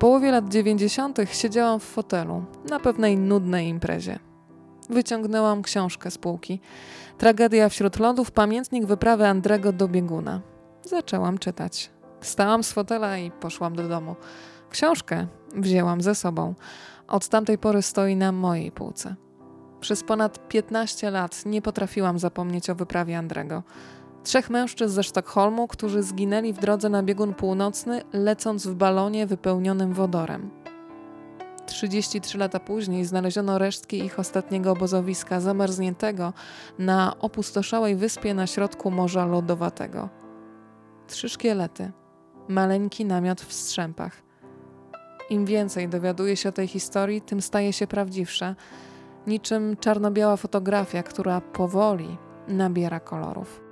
połowie lat 90. siedziałam w fotelu na pewnej nudnej imprezie. Wyciągnęłam książkę z półki. Tragedia wśród lodów, pamiętnik wyprawy Andrego do bieguna. Zaczęłam czytać. Wstałam z fotela i poszłam do domu. Książkę wzięłam ze sobą. Od tamtej pory stoi na mojej półce. Przez ponad 15 lat nie potrafiłam zapomnieć o wyprawie Andrego. 3 mężczyzn ze Sztokholmu, którzy zginęli w drodze na biegun północny, lecąc w balonie wypełnionym wodorem. 33 lata później znaleziono resztki ich ostatniego obozowiska, zamarzniętego na opustoszałej wyspie na środku Morza Lodowatego. 3 szkielety, maleńki namiot w strzępach. Im więcej dowiaduje się o tej historii, tym staje się prawdziwsza, niczym czarno-biała fotografia, która powoli nabiera kolorów.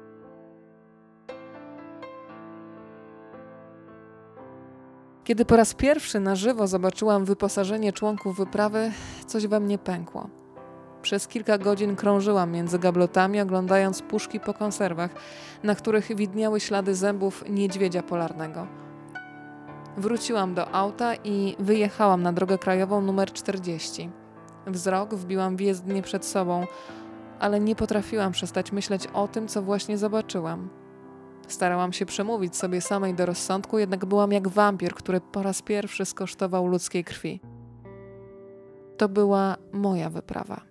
Kiedy po raz pierwszy na żywo zobaczyłam wyposażenie członków wyprawy, coś we mnie pękło. Przez kilka godzin krążyłam między gablotami, oglądając puszki po konserwach, na których widniały ślady zębów niedźwiedzia polarnego. Wróciłam do auta i wyjechałam na drogę krajową numer 40. Wzrok wbiłam w jezdnię przed sobą, ale nie potrafiłam przestać myśleć o tym, co właśnie zobaczyłam. Starałam się przemówić sobie samej do rozsądku, jednak byłam jak wampir, który po raz pierwszy skosztował ludzkiej krwi. To była moja wyprawa.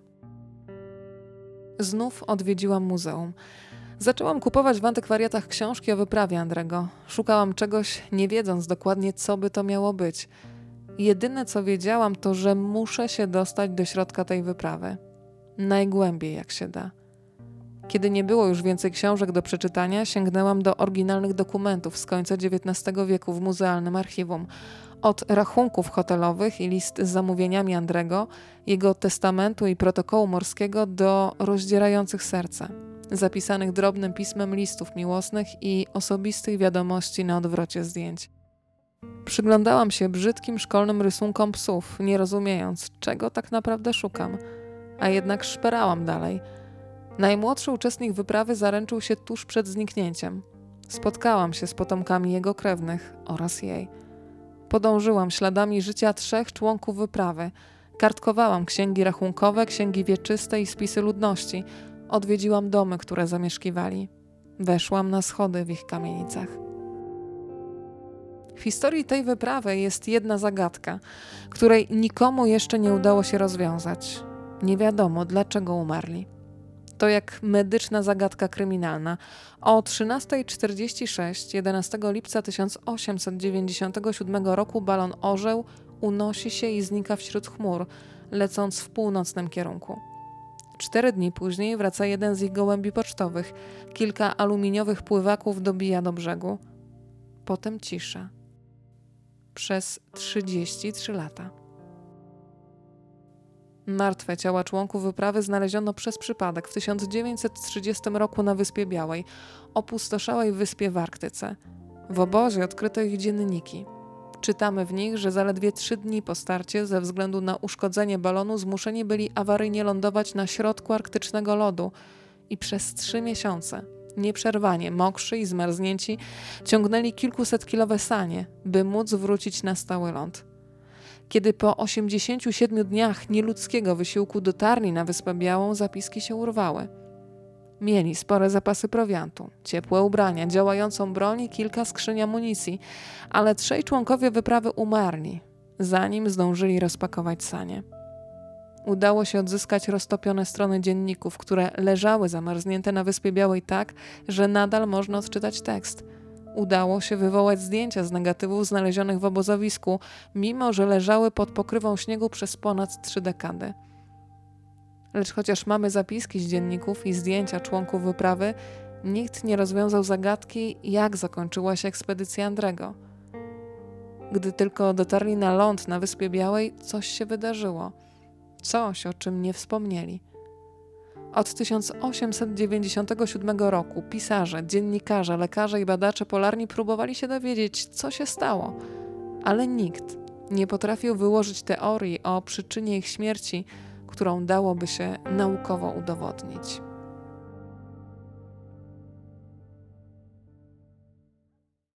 Znów odwiedziłam muzeum. Zaczęłam kupować w antykwariatach książki o wyprawie Andrego. Szukałam czegoś, nie wiedząc dokładnie, co by to miało być. Jedyne, co wiedziałam, to, że muszę się dostać do środka tej wyprawy. Najgłębiej, jak się da. Kiedy nie było już więcej książek do przeczytania, sięgnęłam do oryginalnych dokumentów z końca XIX wieku w muzealnym archiwum. Od rachunków hotelowych i list z zamówieniami Andrego, jego testamentu i protokołu morskiego do rozdzierających serce, zapisanych drobnym pismem listów miłosnych i osobistych wiadomości na odwrocie zdjęć. Przyglądałam się brzydkim szkolnym rysunkom psów, nie rozumiejąc, czego tak naprawdę szukam, a jednak szperałam dalej. Najmłodszy uczestnik wyprawy zaręczył się tuż przed zniknięciem. Spotkałam się z potomkami jego krewnych oraz jej. Podążyłam śladami życia 3 członków wyprawy. Kartkowałam księgi rachunkowe, księgi wieczyste i spisy ludności. Odwiedziłam domy, które zamieszkiwali. Weszłam na schody w ich kamienicach. W historii tej wyprawy jest jedna zagadka, której nikomu jeszcze nie udało się rozwiązać. Nie wiadomo, dlaczego umarli. To jak medyczna zagadka kryminalna. O 13:46 11 lipca 1897 roku balon Orzeł unosi się i znika wśród chmur, lecąc w północnym kierunku. 4 dni później wraca jeden z ich gołębi pocztowych. Kilka aluminiowych pływaków dobija do brzegu. Potem cisza. Przez 33 lata. Martwe ciała członków wyprawy znaleziono przez przypadek w 1930 roku na Wyspie Białej, opustoszałej wyspie w Arktyce. W obozie odkryto ich dzienniki. Czytamy w nich, że zaledwie 3 dni po starcie ze względu na uszkodzenie balonu zmuszeni byli awaryjnie lądować na środku arktycznego lodu i przez 3 miesiące, nieprzerwanie, mokrzy i zmarznięci, ciągnęli kilkusetkilowe sanie, by móc wrócić na stały ląd. Kiedy po 87 dniach nieludzkiego wysiłku dotarli na Wyspę Białą, zapiski się urwały. Mieli spore zapasy prowiantu, ciepłe ubrania, działającą broń i kilka skrzyń amunicji, ale 3 członkowie wyprawy umarli, zanim zdążyli rozpakować sanie. Udało się odzyskać roztopione strony dzienników, które leżały zamarznięte na Wyspie Białej tak, że nadal można odczytać tekst. Udało się wywołać zdjęcia z negatywów znalezionych w obozowisku, mimo że leżały pod pokrywą śniegu przez ponad 3 dekady. Lecz chociaż mamy zapiski z dzienników i zdjęcia członków wyprawy, nikt nie rozwiązał zagadki, jak zakończyła się ekspedycja Andrego. Gdy tylko dotarli na ląd na Wyspie Białej, coś się wydarzyło. Coś, o czym nie wspomnieli. Od 1897 roku pisarze, dziennikarze, lekarze i badacze polarni próbowali się dowiedzieć, co się stało, ale nikt nie potrafił wyłożyć teorii o przyczynie ich śmierci, którą dałoby się naukowo udowodnić.